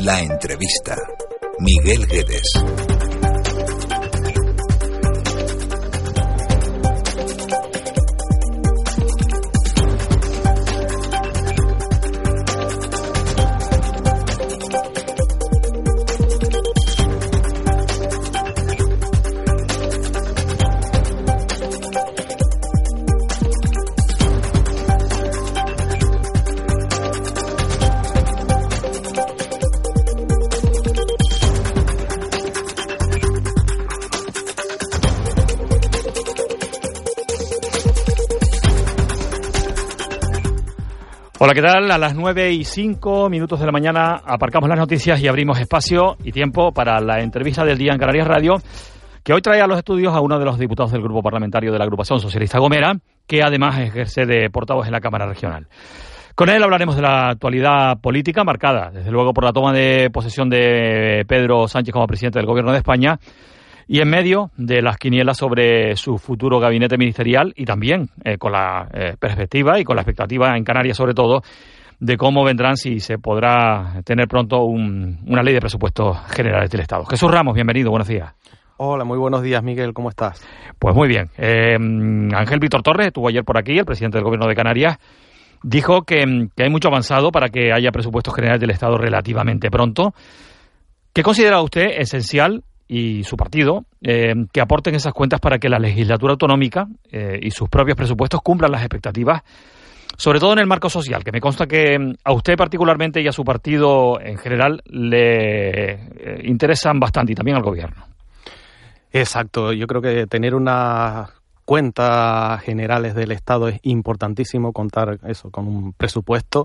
La entrevista. Miguel Guedes. Hola, ¿qué tal? A las 9:05 de la mañana aparcamos las noticias y abrimos espacio y tiempo para la entrevista del día en Canarias Radio, que hoy trae a los estudios a uno de los diputados del grupo parlamentario de la agrupación socialista Gomera, que además ejerce de portavoz en la Cámara Regional. Con él hablaremos de la actualidad política, marcada desde luego por la toma de posesión de Pedro Sánchez como presidente del Gobierno de España, y en medio de las quinielas sobre su futuro gabinete ministerial y también con la perspectiva y con la expectativa en Canarias sobre todo de cómo vendrán, si se podrá tener pronto una ley de presupuestos generales del Estado. Jesús Ramos, bienvenido, buenos días. Hola, muy buenos días, Miguel, ¿cómo estás? Pues muy bien. Ángel Víctor Torres estuvo ayer por aquí, el presidente del Gobierno de Canarias, dijo que hay mucho avanzado para que haya presupuestos generales del Estado relativamente pronto. ¿Qué considera usted esencial y su partido que aporten esas cuentas para que la legislatura autonómica y sus propios presupuestos cumplan las expectativas, sobre todo en el marco social, que me consta que a usted particularmente y a su partido en general le interesan bastante, y también al gobierno? Exacto, yo creo que tener unas cuentas generales del Estado es importantísimo, contar eso con un presupuesto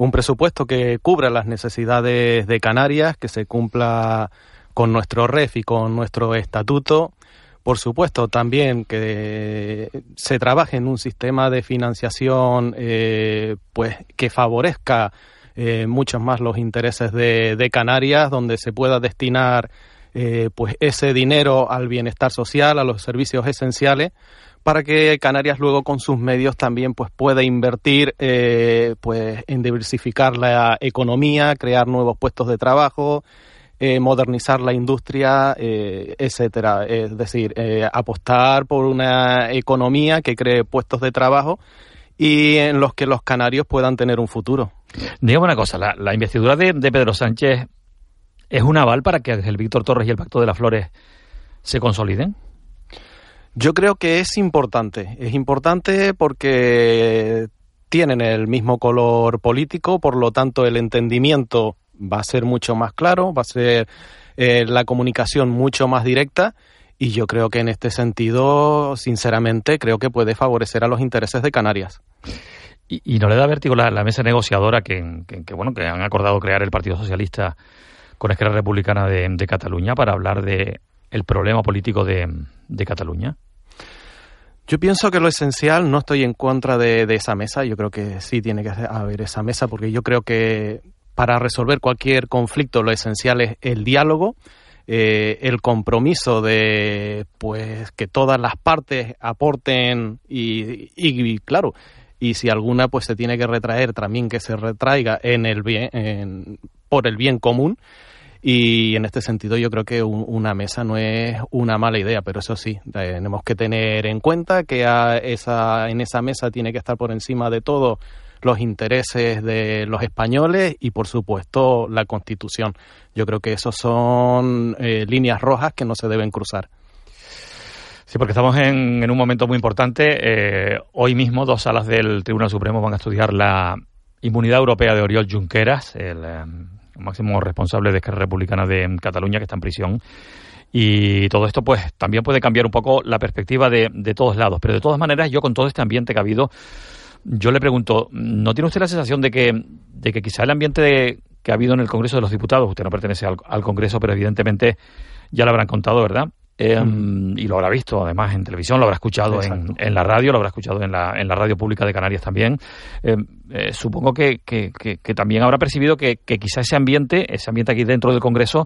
que cubra las necesidades de Canarias, que se cumpla con nuestro REF y con nuestro estatuto. Por supuesto, también que se trabaje en un sistema de financiación pues que favorezca mucho más los intereses de Canarias, donde se pueda destinar pues ese dinero al bienestar social, a los servicios esenciales, para que Canarias luego con sus medios también pues pueda invertir pues en diversificar la economía, crear nuevos puestos de trabajo, modernizar la industria, etcétera. Es decir, apostar por una economía que cree puestos de trabajo y en los que los canarios puedan tener un futuro. Dígame una cosa, la investidura de Pedro Sánchez ¿es un aval para que Ángel Víctor Torres y el Pacto de las Flores se consoliden? Yo creo que es importante porque tienen el mismo color político, por lo tanto el entendimiento va a ser mucho más claro, va a ser la comunicación mucho más directa, y yo creo que en este sentido, sinceramente, creo que puede favorecer a los intereses de Canarias. ¿Y no le da vértigo la mesa negociadora que han acordado crear el Partido Socialista con Esquerra Republicana de Cataluña para hablar de el problema político de Cataluña? Yo pienso que lo esencial, no estoy en contra de esa mesa, yo creo que sí tiene que haber esa mesa, porque yo creo que para resolver cualquier conflicto lo esencial es el diálogo, el compromiso de pues que todas las partes aporten y claro, y si alguna pues se tiene que retraer, también que se retraiga en el bien, por el bien común. Y en este sentido yo creo que una mesa no es una mala idea, pero eso sí, tenemos que tener en cuenta que en esa mesa tiene que estar por encima de todo los intereses de los españoles y, por supuesto, la Constitución. Yo creo que esos son líneas rojas que no se deben cruzar. Sí, porque estamos en un momento muy importante. Hoy mismo 2 salas del Tribunal Supremo van a estudiar la inmunidad europea de Oriol Junqueras, el máximo responsable de Esquerra Republicana de Cataluña, que está en prisión. Y todo esto pues también puede cambiar un poco la perspectiva de todos lados. Pero de todas maneras, yo con todo este ambiente que ha habido, yo le pregunto, ¿no tiene usted la sensación de que quizá el ambiente que ha habido en el Congreso de los Diputados, usted no pertenece al Congreso, pero evidentemente ya lo habrán contado, ¿verdad? Y lo habrá visto además en televisión, lo habrá escuchado en la radio, lo habrá escuchado en la radio pública de Canarias también. Supongo que también habrá percibido que quizá ese ambiente aquí dentro del Congreso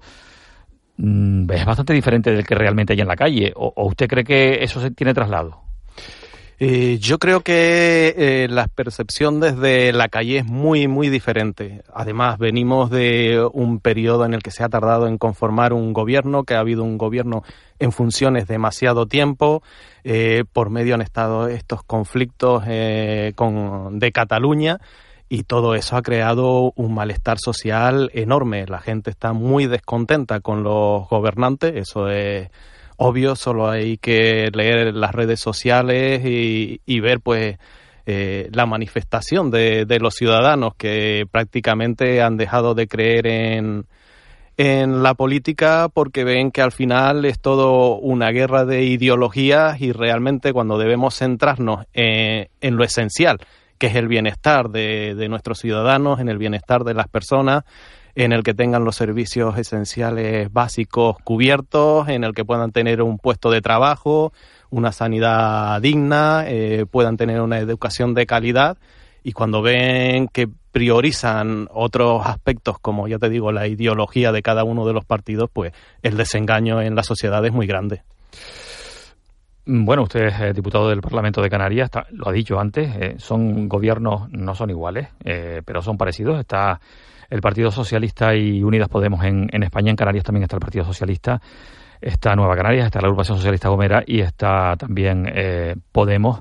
es bastante diferente del que realmente hay en la calle. ¿O usted cree que eso tiene traslado? Yo creo que la percepción desde la calle es muy, muy diferente. Además, venimos de un periodo en el que se ha tardado en conformar un gobierno, que ha habido un gobierno en funciones demasiado tiempo. Por medio han estado estos conflictos de Cataluña, y todo eso ha creado un malestar social enorme. La gente está muy descontenta con los gobernantes, eso es obvio, solo hay que leer las redes sociales y ver pues la manifestación de los ciudadanos que prácticamente han dejado de creer en la política porque ven que al final es todo una guerra de ideologías, y realmente cuando debemos centrarnos en lo esencial, que es el bienestar de nuestros ciudadanos, en el bienestar de las personas, en el que tengan los servicios esenciales básicos cubiertos, en el que puedan tener un puesto de trabajo, una sanidad digna, puedan tener una educación de calidad, y cuando ven que priorizan otros aspectos, como ya te digo, la ideología de cada uno de los partidos, pues el desengaño en la sociedad es muy grande. Bueno, usted es diputado del Parlamento de Canarias, lo ha dicho antes, son gobiernos, no son iguales, pero son parecidos. Está el Partido Socialista y Unidas Podemos en España. En Canarias también está el Partido Socialista, está Nueva Canarias, está la Agrupación Socialista Gomera y está también Podemos.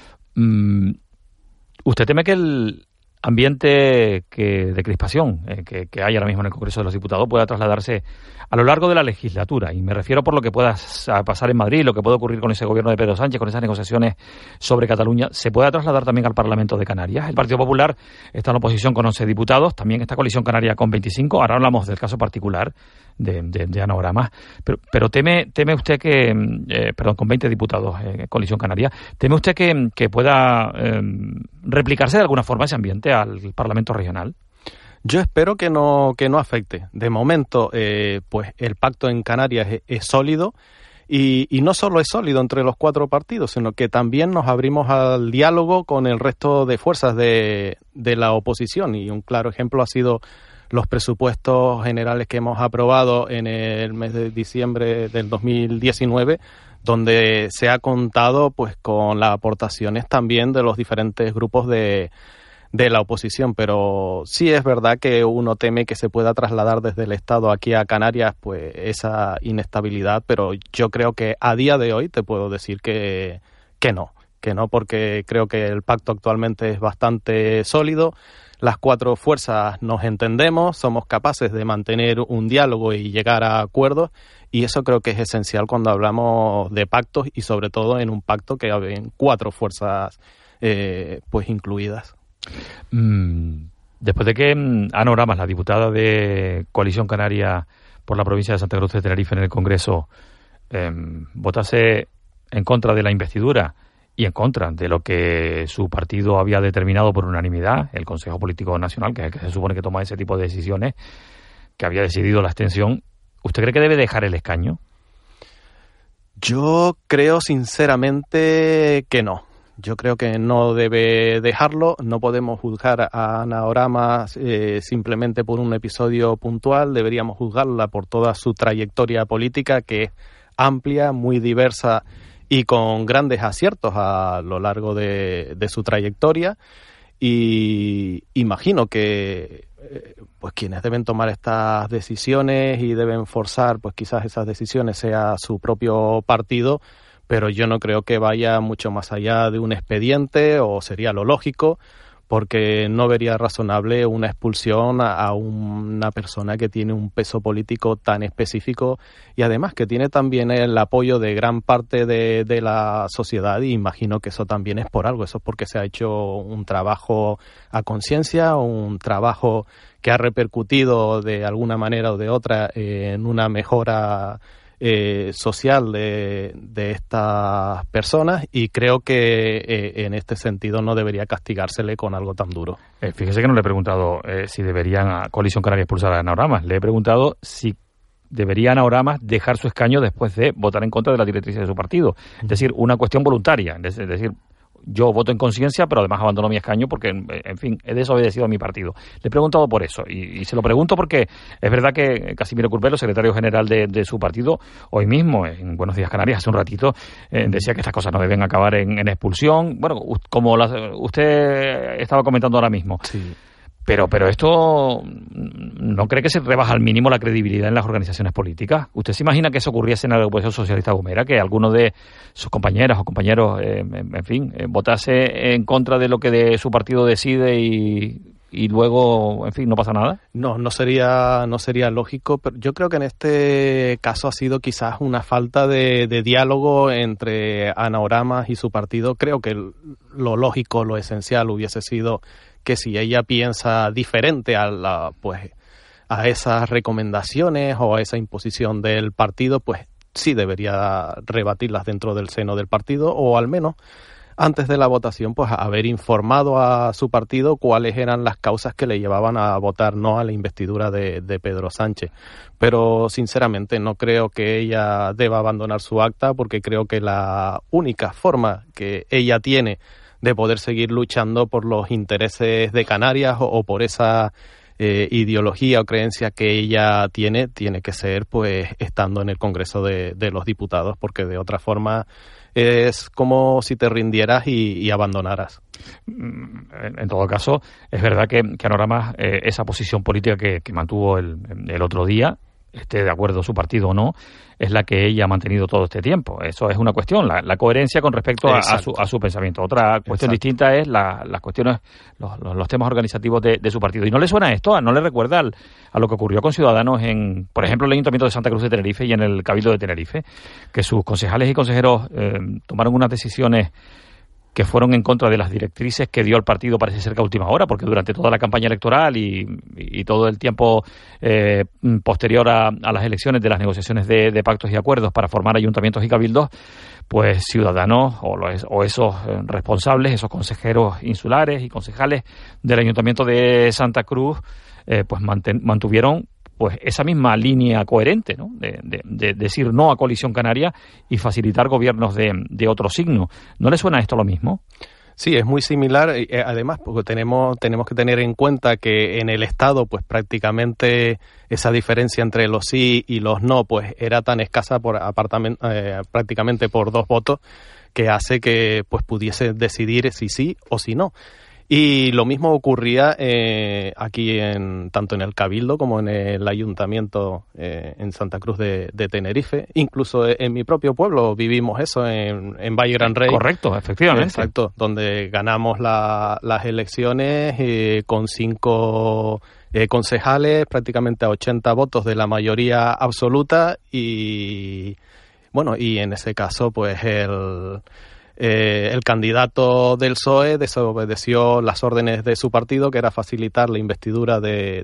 ¿Usted teme que el ambiente de crispación que hay ahora mismo en el Congreso de los Diputados pueda trasladarse a lo largo de la legislatura? Y me refiero por lo que pueda pasar en Madrid, lo que puede ocurrir con ese gobierno de Pedro Sánchez, con esas negociaciones sobre Cataluña, ¿se pueda trasladar también al Parlamento de Canarias? El Partido Popular está en la oposición con 11 diputados, también está Coalición Canaria con 25, ahora hablamos del caso particular de Anagramas, pero teme usted que, con 20 diputados, Coalición Canaria, ¿teme usted que pueda replicarse de alguna forma ese ambiente al Parlamento regional? Yo espero que no afecte. De momento, pues el pacto en Canarias es sólido, y no solo es sólido entre los 4 partidos, sino que también nos abrimos al diálogo con el resto de fuerzas de la oposición, y un claro ejemplo ha sido los presupuestos generales que hemos aprobado en el mes de diciembre del 2019, donde se ha contado pues con las aportaciones también de los diferentes grupos de la oposición. Pero sí es verdad que uno teme que se pueda trasladar desde el Estado aquí a Canarias pues esa inestabilidad, pero yo creo que a día de hoy te puedo decir que no, porque creo que el pacto actualmente es bastante sólido. Las 4 fuerzas nos entendemos, somos capaces de mantener un diálogo y llegar a acuerdos, y eso creo que es esencial cuando hablamos de pactos, y sobre todo en un pacto que hay 4 fuerzas pues incluidas. Después de que Ana Oramas, la diputada de Coalición Canaria por la provincia de Santa Cruz de Tenerife en el Congreso, votase en contra de la investidura y en contra de lo que su partido había determinado por unanimidad, el Consejo Político Nacional, que se supone que toma ese tipo de decisiones, que había decidido la abstención, ¿usted cree que debe dejar el escaño? Yo creo sinceramente que no. Yo creo que no debe dejarlo. No podemos juzgar a Ana Oramas simplemente por un episodio puntual. Deberíamos juzgarla por toda su trayectoria política, que es amplia, muy diversa y con grandes aciertos a lo largo de su trayectoria. Y imagino que pues quienes deben tomar estas decisiones y deben forzar pues quizás esas decisiones sea su propio partido, pero yo no creo que vaya mucho más allá de un expediente, o sería lo lógico, porque no vería razonable una expulsión a una persona que tiene un peso político tan específico, y además que tiene también el apoyo de gran parte de la sociedad, y imagino que eso también es por algo. Eso es porque se ha hecho un trabajo a conciencia, un trabajo que ha repercutido de alguna manera o de otra en una mejora social de estas personas, y creo que en este sentido no debería castigársele con algo tan duro. Fíjese que no le he preguntado si deberían a Coalición Canaria expulsar a Ana Oramas. Le he preguntado si debería Ana Oramas dejar su escaño después de votar en contra de la directriz de su partido. Es decir, una cuestión voluntaria. Es decir, yo voto en conciencia, pero además abandono mi escaño porque, en fin, he desobedecido a mi partido. Le he preguntado por eso y se lo pregunto porque es verdad que Casimiro Curvelo, secretario general de su partido, hoy mismo en Buenos Días Canarias, hace un ratito, decía que estas cosas no deben acabar en expulsión. Bueno, como usted estaba comentando ahora mismo. Sí. Pero esto, ¿no cree que se rebaja al mínimo la credibilidad en las organizaciones políticas? ¿Usted se imagina que eso ocurriese en la Agrupación Socialista Gomera, que alguno de sus compañeras o compañeros, en fin, votase en contra de lo que de su partido decide y luego, en fin, no pasa nada? No sería lógico, pero yo creo que en este caso ha sido quizás una falta de diálogo entre Anaoramas y su partido. Creo que lo lógico, lo esencial hubiese sido que si ella piensa diferente a esas recomendaciones o a esa imposición del partido, pues sí debería rebatirlas dentro del seno del partido, o al menos antes de la votación, pues haber informado a su partido cuáles eran las causas que le llevaban a votar no a la investidura de Pedro Sánchez. Pero sinceramente no creo que ella deba abandonar su acta, porque creo que la única forma que ella tiene de poder seguir luchando por los intereses de Canarias o por esa ideología o creencia que ella tiene que ser pues estando en el Congreso de los Diputados, porque de otra forma es como si te rindieras y abandonaras. En todo caso, es verdad que Anaoramas, esa posición política que mantuvo el otro día, esté de acuerdo su partido o no, es la que ella ha mantenido todo este tiempo. Eso es una cuestión, la coherencia con respecto a su pensamiento. Otra cuestión distinta es las cuestiones, los temas organizativos de su partido. ¿Y no le suena esto? ¿No le recuerda a lo que ocurrió con Ciudadanos en, por ejemplo, el Ayuntamiento de Santa Cruz de Tenerife y en el Cabildo de Tenerife? Que sus concejales y consejeros tomaron unas decisiones que fueron en contra de las directrices que dio el partido, parece ser que a última hora, porque durante toda la campaña electoral y todo el tiempo posterior a las elecciones de las negociaciones de pactos y acuerdos para formar ayuntamientos y cabildos, pues Ciudadanos o esos responsables, esos consejeros insulares y concejales del Ayuntamiento de Santa Cruz, pues mantuvieron pues esa misma línea coherente, ¿no? De decir no a Coalición Canaria y facilitar gobiernos de otro signo. ¿No le suena esto lo mismo? Sí, es muy similar. Además, porque tenemos que tener en cuenta que en el Estado, pues prácticamente esa diferencia entre los sí y los no, pues era tan escasa prácticamente por 2 votos, que hace que pues pudiese decidir si sí o si no. Y lo mismo ocurría aquí tanto en el Cabildo como en el Ayuntamiento en Santa Cruz de Tenerife. Incluso en mi propio pueblo vivimos eso, en Valle Gran Rey. Correcto, efectivamente. Exacto, donde ganamos las elecciones con 5 concejales, prácticamente a 80 votos de la mayoría absoluta. Y bueno, y en ese caso pues el candidato del PSOE desobedeció las órdenes de su partido, que era facilitar la investidura de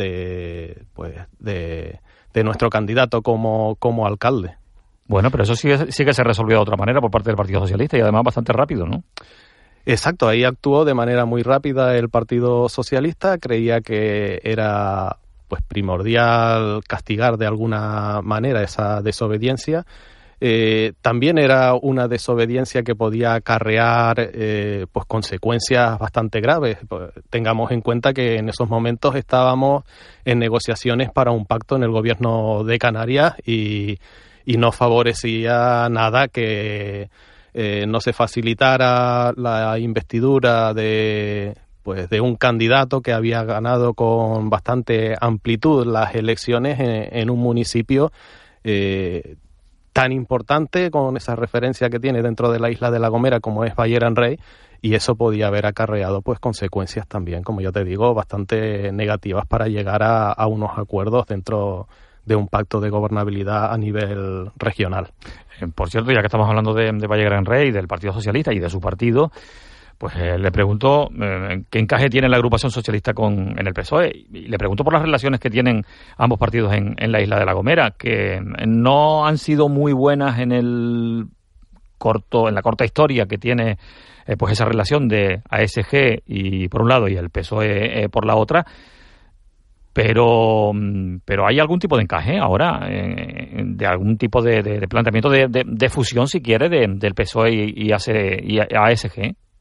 nuestro candidato como alcalde. Bueno, pero eso sí que se resolvió de otra manera por parte del Partido Socialista y además bastante rápido, ¿no? Exacto, ahí actuó de manera muy rápida el Partido Socialista. Creía que era pues primordial castigar de alguna manera esa desobediencia. También era una desobediencia que podía acarrear pues consecuencias bastante graves. Tengamos en cuenta que en esos momentos estábamos en negociaciones para un pacto en el gobierno de Canarias y no favorecía nada que no se facilitara la investidura de un candidato que había ganado con bastante amplitud las elecciones en un municipio tan importante, con esa referencia que tiene dentro de la isla de La Gomera como es Valle Gran Rey, y eso podía haber acarreado pues consecuencias también, como yo te digo, bastante negativas para llegar a unos acuerdos dentro de un pacto de gobernabilidad a nivel regional. Por cierto, ya que estamos hablando de Valle Gran Rey, del Partido Socialista y de su partido, pues le pregunto qué encaje tiene la agrupación socialista en el PSOE, y le pregunto por las relaciones que tienen ambos partidos en la isla de La Gomera, que no han sido muy buenas en la corta historia que tiene pues esa relación de ASG y por un lado y el PSOE por la otra. Pero hay algún tipo de encaje ahora, de algún tipo de planteamiento de fusión, si quiere, del PSOE y ASG.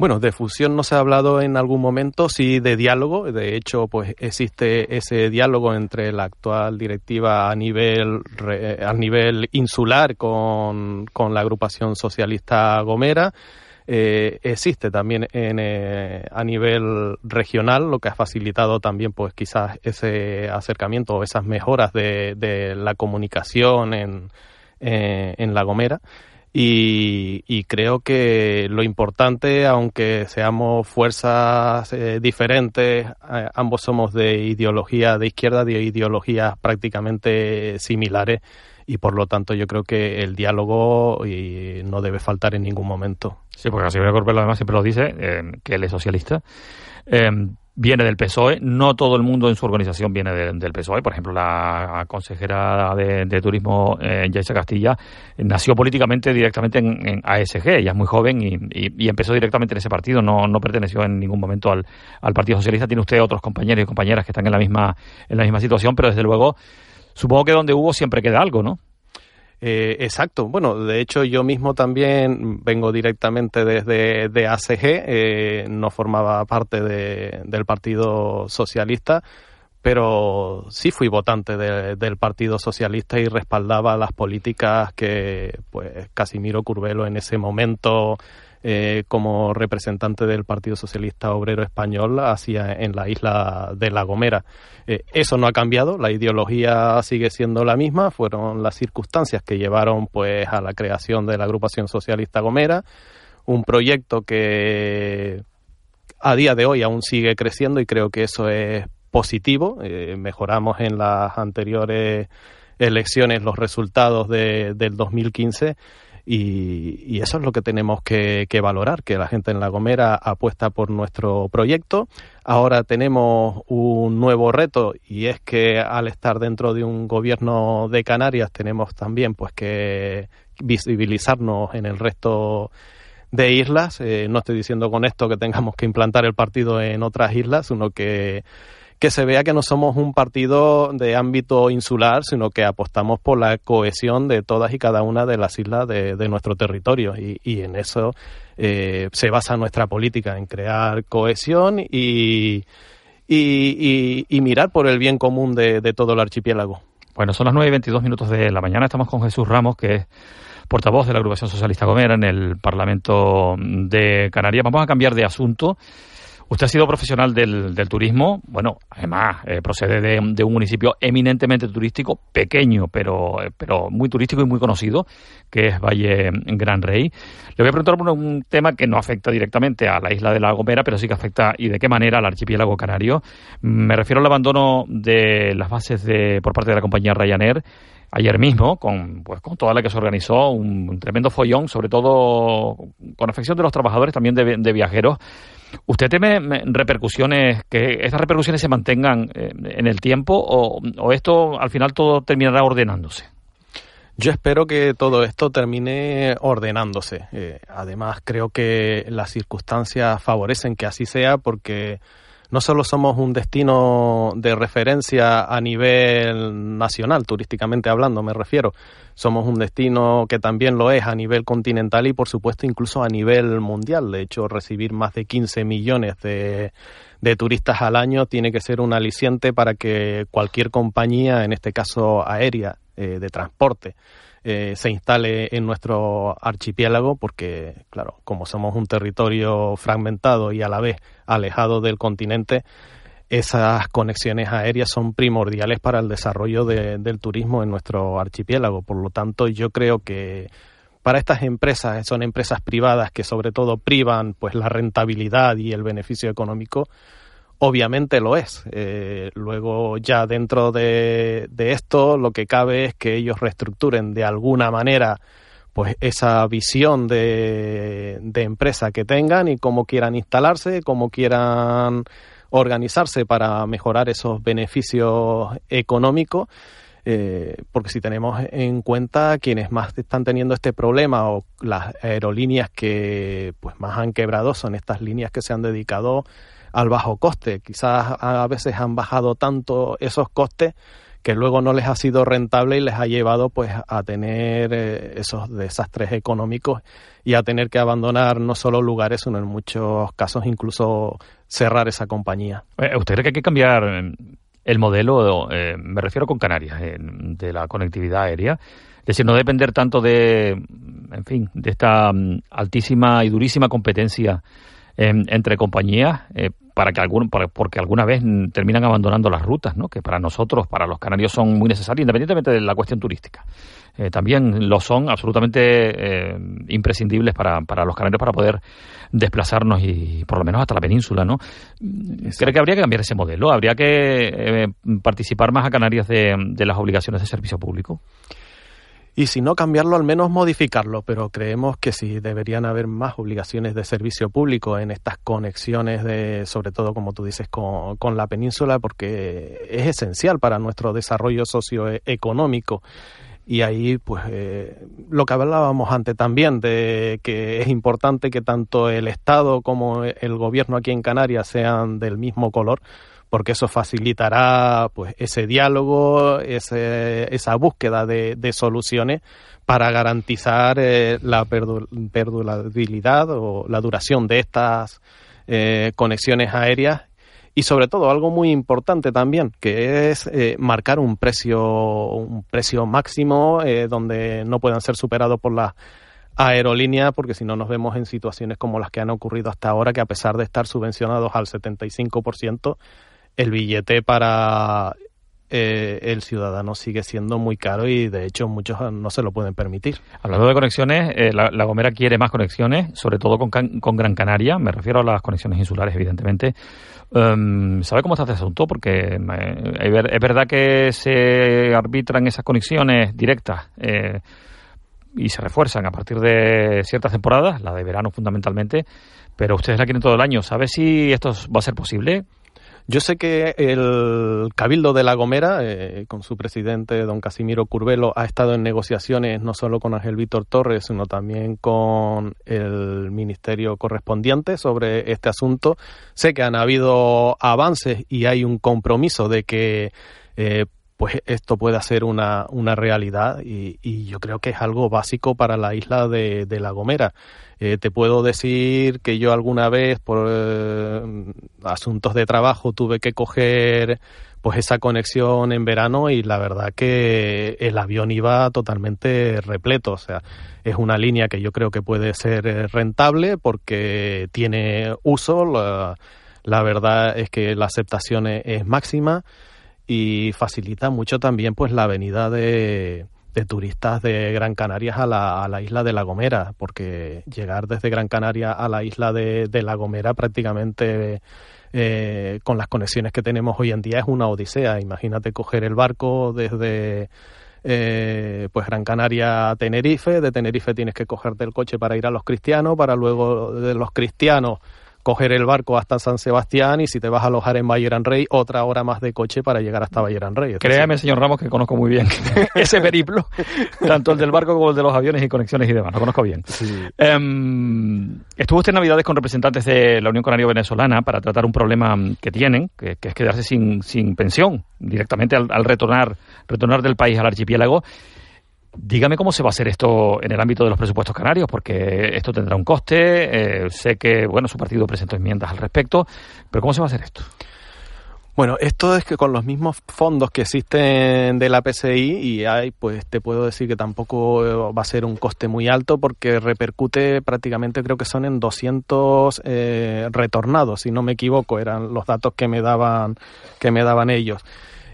Bueno, de fusión no se ha hablado en algún momento, sí de diálogo. De hecho, pues existe ese diálogo entre la actual directiva a nivel insular con la agrupación socialista Gomera. Existe también a nivel regional, lo que ha facilitado también pues quizás ese acercamiento o esas mejoras de la comunicación en La Gomera. Y creo que lo importante, aunque seamos fuerzas diferentes, ambos somos de ideología de izquierda, de ideologías prácticamente similares, y por lo tanto yo creo que el diálogo no debe faltar en ningún momento. Sí, porque la señora Corbel además siempre lo dice, que él es socialista. Viene del PSOE, no todo el mundo en su organización viene del PSOE. Por ejemplo, la consejera de Turismo, Yaisa Castilla, nació políticamente directamente en ASG. Ella es muy joven y empezó directamente en ese partido, no perteneció en ningún momento al Partido Socialista. Tiene usted otros compañeros y compañeras que están en la misma situación, pero desde luego supongo que donde hubo siempre queda algo, ¿no? Exacto. Bueno, de hecho yo mismo también vengo directamente desde ACG, no formaba parte del Partido Socialista, pero sí fui votante del Partido Socialista y respaldaba las políticas que pues Casimiro Curvelo en ese momento como representante del Partido Socialista Obrero Español hacía en la isla de La Gomera. Eso no ha cambiado, la ideología sigue siendo la misma, fueron las circunstancias que llevaron pues a la creación de la agrupación socialista Gomera, un proyecto que a día de hoy aún sigue creciendo y creo que eso es positivo. Mejoramos en las anteriores elecciones los resultados del 2015 y eso es lo que tenemos que valorar, que la gente en La Gomera apuesta por nuestro proyecto. Ahora tenemos un nuevo reto y es que al estar dentro de un gobierno de Canarias tenemos también pues que visibilizarnos en el resto de islas. No estoy diciendo con esto que tengamos que implantar el partido en otras islas, sino que se vea que no somos un partido de ámbito insular, sino que apostamos por la cohesión de todas y cada una de las islas de nuestro territorio. Y en eso se basa nuestra política, en crear cohesión y mirar por el bien común de todo el archipiélago. Bueno, son las 9:22 de la mañana. Estamos con Jesús Ramos, que es portavoz de la agrupación socialista Gomera en el Parlamento de Canarias. Vamos a cambiar de asunto. Usted ha sido profesional del turismo, bueno, además procede de un municipio eminentemente turístico, pequeño, pero muy turístico y muy conocido, que es Valle Gran Rey. Le voy a preguntar por un tema que no afecta directamente a la isla de La Gomera, pero sí que afecta, y de qué manera, al archipiélago canario. Me refiero al abandono de las bases por parte de la compañía Ryanair. Ayer mismo, con toda la que se organizó, un tremendo follón, sobre todo con afección de los trabajadores, también de viajeros. ¿Usted teme repercusiones, que estas repercusiones se mantengan en el tiempo o esto al final todo terminará ordenándose? Yo espero que todo esto termine ordenándose. Además, creo que las circunstancias favorecen que así sea, porque no solo somos un destino de referencia a nivel nacional, turísticamente hablando me refiero, somos un destino que también lo es a nivel continental y por supuesto incluso a nivel mundial. De hecho, recibir más de 15 millones de turistas al año tiene que ser un aliciente para que cualquier compañía, en este caso aérea, de transporte, se instale en nuestro archipiélago, porque, claro, como somos un territorio fragmentado y a la vez alejado del continente, esas conexiones aéreas son primordiales para el desarrollo del turismo en nuestro archipiélago. Por lo tanto, yo creo que para estas empresas, son empresas privadas que sobre todo privan pues la rentabilidad y el beneficio económico, obviamente lo es. Luego ya dentro de esto lo que cabe es que ellos reestructuren de alguna manera pues esa visión de empresa que tengan y cómo quieran instalarse, cómo quieran organizarse para mejorar esos beneficios económicos, porque si tenemos en cuenta quienes más están teniendo este problema o las aerolíneas que pues más han quebrado son estas líneas que se han dedicado al bajo coste. Quizás a veces han bajado tanto esos costes que luego no les ha sido rentable y les ha llevado pues a tener esos desastres económicos y a tener que abandonar no solo lugares, sino en muchos casos incluso cerrar esa compañía. ¿Usted cree que hay que cambiar el modelo, me refiero con Canarias, de la conectividad aérea? Es decir, no depender tanto de esta altísima y durísima competencia entre compañías, porque alguna vez terminan abandonando las rutas, ¿no? Que para nosotros, para los canarios, son muy necesarias, independientemente de la cuestión turística. También lo son absolutamente imprescindibles para los canarios para poder desplazarnos y por lo menos hasta la península, ¿no? ¿Cree que habría que cambiar ese modelo? ¿Habría que participar más a Canarias de las obligaciones de servicio público? Y si no cambiarlo, al menos modificarlo, pero creemos que sí deberían haber más obligaciones de servicio público en estas conexiones, sobre todo, como tú dices, con la península, porque es esencial para nuestro desarrollo socioeconómico. Y ahí, pues, lo que hablábamos antes también, de que es importante que tanto el Estado como el Gobierno aquí en Canarias sean del mismo color, porque eso facilitará pues ese diálogo, esa búsqueda de soluciones para garantizar la perdurabilidad o la duración de estas conexiones aéreas. Y sobre todo, algo muy importante también, que es marcar un precio máximo donde no puedan ser superados por las aerolíneas, porque si no nos vemos en situaciones como las que han ocurrido hasta ahora, que a pesar de estar subvencionados al 75%, el billete para el ciudadano sigue siendo muy caro y de hecho muchos no se lo pueden permitir. Hablando de conexiones, la Gomera quiere más conexiones, sobre todo con Gran Canaria. Me refiero a las conexiones insulares, evidentemente. ¿Sabe cómo está este asunto? Porque es verdad que se arbitran esas conexiones directas y se refuerzan a partir de ciertas temporadas, la de verano fundamentalmente, pero ustedes la quieren todo el año. ¿Sabe si esto va a ser posible? Yo sé que el Cabildo de La Gomera, con su presidente, don Casimiro Curvelo, ha estado en negociaciones no solo con Ángel Víctor Torres, sino también con el ministerio correspondiente sobre este asunto. Sé que han habido avances y hay un compromiso de que pues esto pueda ser una realidad y yo creo que es algo básico para la isla de La Gomera. Te puedo decir que yo alguna vez por asuntos de trabajo tuve que coger pues esa conexión en verano y la verdad que el avión iba totalmente repleto. O sea, es una línea que yo creo que puede ser rentable porque tiene uso. La verdad es que la aceptación es máxima y facilita mucho también pues la venida de turistas de Gran Canaria a la isla de La Gomera, porque llegar desde Gran Canaria a la isla de La Gomera prácticamente con las conexiones que tenemos hoy en día es una odisea. Imagínate coger el barco desde pues Gran Canaria a Tenerife, de Tenerife tienes que cogerte el coche para ir a Los Cristianos, para luego de Los Cristianos coger el barco hasta San Sebastián y si te vas a alojar en Valleran-Rey, otra hora más de coche para llegar hasta Valleran-Rey. Créame, señor Ramos, que conozco muy bien ese periplo, tanto el del barco como el de los aviones y conexiones y demás, lo conozco bien. Sí. Estuvo usted en Navidades con representantes de la Unión Canaria Venezolana para tratar un problema que tienen, que es quedarse sin pensión directamente al retornar del país al archipiélago. Dígame cómo se va a hacer esto en el ámbito de los presupuestos canarios, porque esto tendrá un coste. Sé que su partido presentó enmiendas al respecto, pero ¿cómo se va a hacer esto? Bueno, esto es que con los mismos fondos que existen de la PCI y hay, pues te puedo decir que tampoco va a ser un coste muy alto porque repercute prácticamente, creo que son en 200 retornados, si no me equivoco, eran los datos que me daban ellos.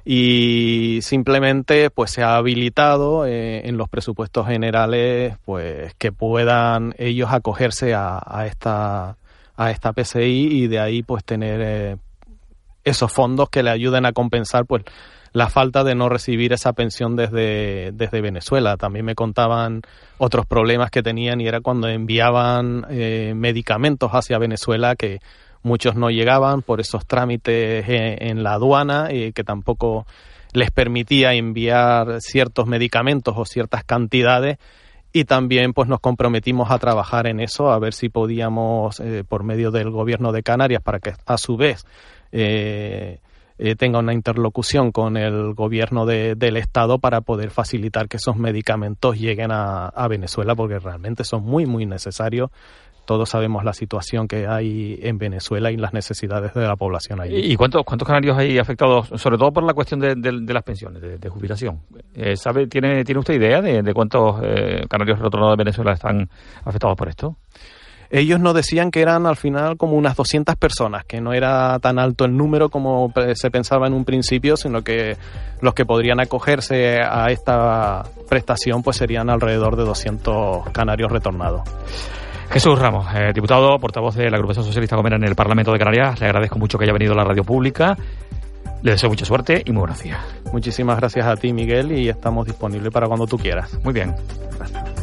Y simplemente pues se ha habilitado en los presupuestos generales pues que puedan ellos acogerse a esta PCI y de ahí pues tener esos fondos que le ayuden a compensar pues la falta de no recibir esa pensión desde Venezuela. También me contaban otros problemas que tenían y era cuando enviaban medicamentos hacia Venezuela que muchos no llegaban por esos trámites en la aduana y que tampoco les permitía enviar ciertos medicamentos o ciertas cantidades y también pues nos comprometimos a trabajar en eso, a ver si podíamos por medio del Gobierno de Canarias para que a su vez tenga una interlocución con el gobierno del Estado para poder facilitar que esos medicamentos lleguen a Venezuela, porque realmente son muy, muy necesarios. Todos sabemos la situación que hay en Venezuela y las necesidades de la población allí. ¿Y cuántos canarios hay afectados, sobre todo por la cuestión de las pensiones, de jubilación? ¿Tiene usted idea de cuántos canarios retornados de Venezuela están afectados por esto? Ellos nos decían que eran al final como unas 200 personas, que no era tan alto el número como se pensaba en un principio, sino que los que podrían acogerse a esta prestación pues serían alrededor de 200 canarios retornados. Jesús Ramos, diputado, portavoz de la Agrupación Socialista Gomera en el Parlamento de Canarias, le agradezco mucho que haya venido a la radio pública, le deseo mucha suerte y muy buenos días. Muchísimas gracias a ti, Miguel, y estamos disponibles para cuando tú quieras. Muy bien. Gracias.